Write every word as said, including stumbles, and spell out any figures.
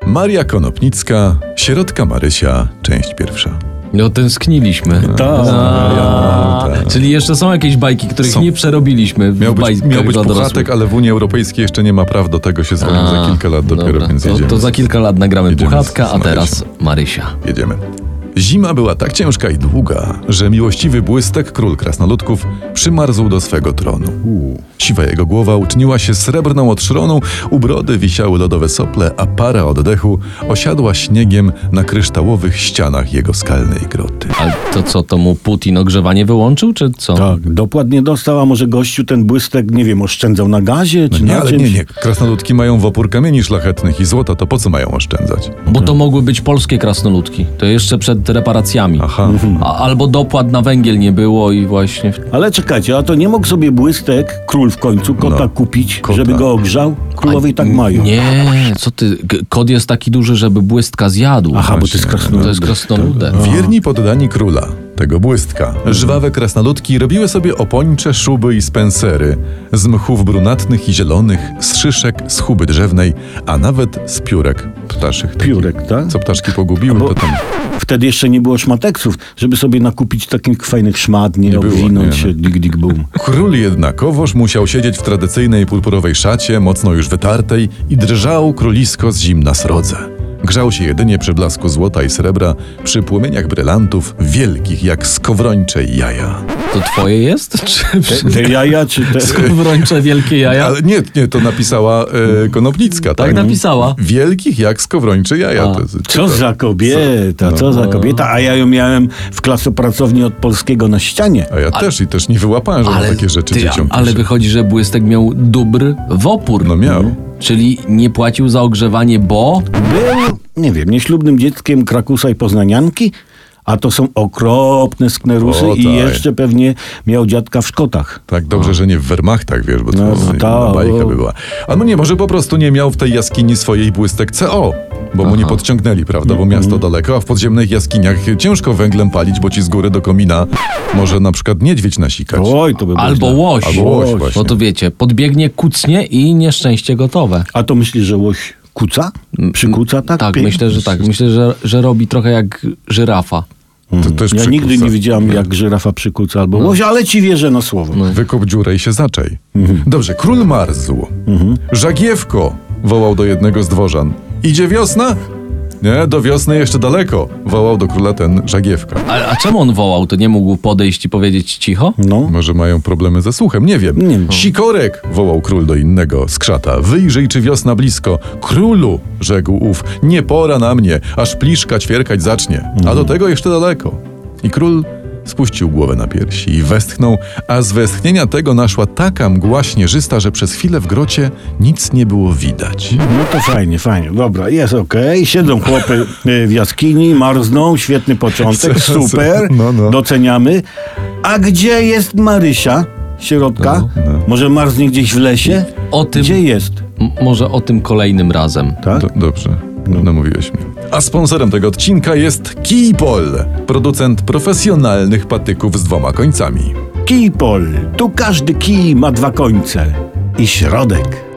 Maria Konopnicka, Sierotka Marysia, część pierwsza. No tęskniliśmy. Tak. Ja, ta. Czyli jeszcze są jakieś bajki, których Są. nie przerobiliśmy. w Miał być, bajkach miał być dla dorosłych. Puchatek, ale w Unii Europejskiej jeszcze nie ma praw do tego, się zwolnił za kilka lat dopiero, dobra. więc to, jedziemy. to za kilka lat nagramy Jedziemy Puchatka, z- z a teraz Marysia. Jedziemy. Zima była tak ciężka i długa, że miłościwy Błystek, król krasnoludków, przymarzł do swego tronu. Siwa jego głowa uczyniła się srebrną od szronu, u brody wisiały lodowe sople, a para oddechu osiadła śniegiem na kryształowych ścianach jego skalnej groty. Ale to co, to mu Putin ogrzewanie wyłączył, czy co? Tak, dopłat nie dostał, a może gościu ten Błystek, nie wiem, oszczędzał na gazie, czy No nie, na ale czymś? nie, nie. Krasnoludki mają w opór kamieni szlachetnych i złota, to po co mają oszczędzać? Bo to mogły być polskie krasnoludki. To jeszcze przed reparacjami. Aha. A, albo dopłat na węgiel nie było i właśnie... w- Ale czekajcie, a to nie mógł sobie Błystek, król w końcu, kota No, kupić, kota. żeby go ogrzał? Królowie i tak N- mają. Nie, co ty? G- Kod jest taki duży, żeby Błystka zjadł. Aha, bo to jest Właśnie, krasnolud. To jest krasnoludek. Wierni poddani króla, tego Błystka, żwawe krasnoludki robiły sobie opończe, szuby i spencery z mchów brunatnych i zielonych, z szyszek, z chuby drzewnej, a nawet z piórek ptaszych. takich. Piórek, tak? Co ptaszki pogubiły, Bo to tam... wtedy jeszcze nie było szmateksów, żeby sobie nakupić takich fajnych szmat, nie, Nie było, obwinąć nie, się, no. dig, dig, boom. Król jednakowoż musiał siedzieć w tradycyjnej purpurowej szacie, mocno już wytartej, i drżał królisko z zimna srodze. Grzał się jedynie przy blasku złota i srebra, przy płomieniach brylantów, wielkich jak skowrończe jaja. To twoje jest? Czy Te, te jaja, czy te... skowrończe wielkie jaja? Ale nie, nie, to napisała e, Konopnicka, tak? Tak napisała. Wielkich jak skowrończe jaja. A. To jest, Co za kobieta, co za kobieta, a ja ją miałem w klasopracowni od polskiego na ścianie. A ja też i też nie wyłapałem, że on takie rzeczy ty, dzieciom ale pisze. wychodzi, że Błystek miał dóbr w opór. No miał. Czyli nie płacił za ogrzewanie, bo... Był, nie wiem, nieślubnym dzieckiem Krakusa i Poznanianki, a to są okropne sknerusy O, i tak. jeszcze pewnie miał dziadka w Szkotach. Tak dobrze, że nie w Wehrmachtach, wiesz, bo to No, jest no inna tak. bajka by była. A no nie, może po prostu nie miał w tej jaskini swojej Błystek C O, bo mu nie podciągnęli, prawda, bo miasto daleko, a w podziemnych jaskiniach ciężko węglem palić, bo ci z góry do komina może na przykład niedźwiedź nasikać. Oj, to by było Albo źle. łoś. Albo łoś, właśnie. No to wiecie, podbiegnie, kucnie i nieszczęście gotowe. A to myślisz, że łoś kuca? Przykuca tak? Tak, Pie- myślę, że tak. Myślę, że, że robi trochę jak żyrafa. To też Ja przykusa. nigdy nie widziałam, jak żyrafa przykuca albo łoś, ale ci wierzę na słowo. Wykup dziurę i się zaczaj. Dobrze, król marzł. Żagiewko, wołał do jednego z dworzan. Idzie wiosna? Nie, do wiosny jeszcze daleko, wołał do króla ten Żagiewka. A, a czemu on wołał? To nie mógł podejść i powiedzieć cicho? No. Może mają problemy ze słuchem, nie wiem. Nie wiem. Sikorek, wołał król do innego z krzata. Wyjrzyj, czy wiosna blisko. Królu, rzekł ów, nie pora na mnie, aż pliszka ćwierkać zacznie. A do tego jeszcze daleko. I król spuścił głowę na piersi i westchnął, a z westchnienia tego naszła taka mgła śnieżysta, że przez chwilę w grocie nic nie było widać. No to fajnie, fajnie. Dobra, jest okej. Siedzą chłopy y, w jaskini, marzną, świetny początek, super, No, no. doceniamy. A gdzie jest Marysia, sierotka? Może marznie gdzieś w lesie? O tym, Gdzie jest? m- może o tym kolejnym razem. Tak? Do, dobrze, namówiłeś mnie. A sponsorem tego odcinka jest Kijpol, producent profesjonalnych patyków z dwoma końcami. Kijpol. Tu każdy kij ma dwa końce i środek.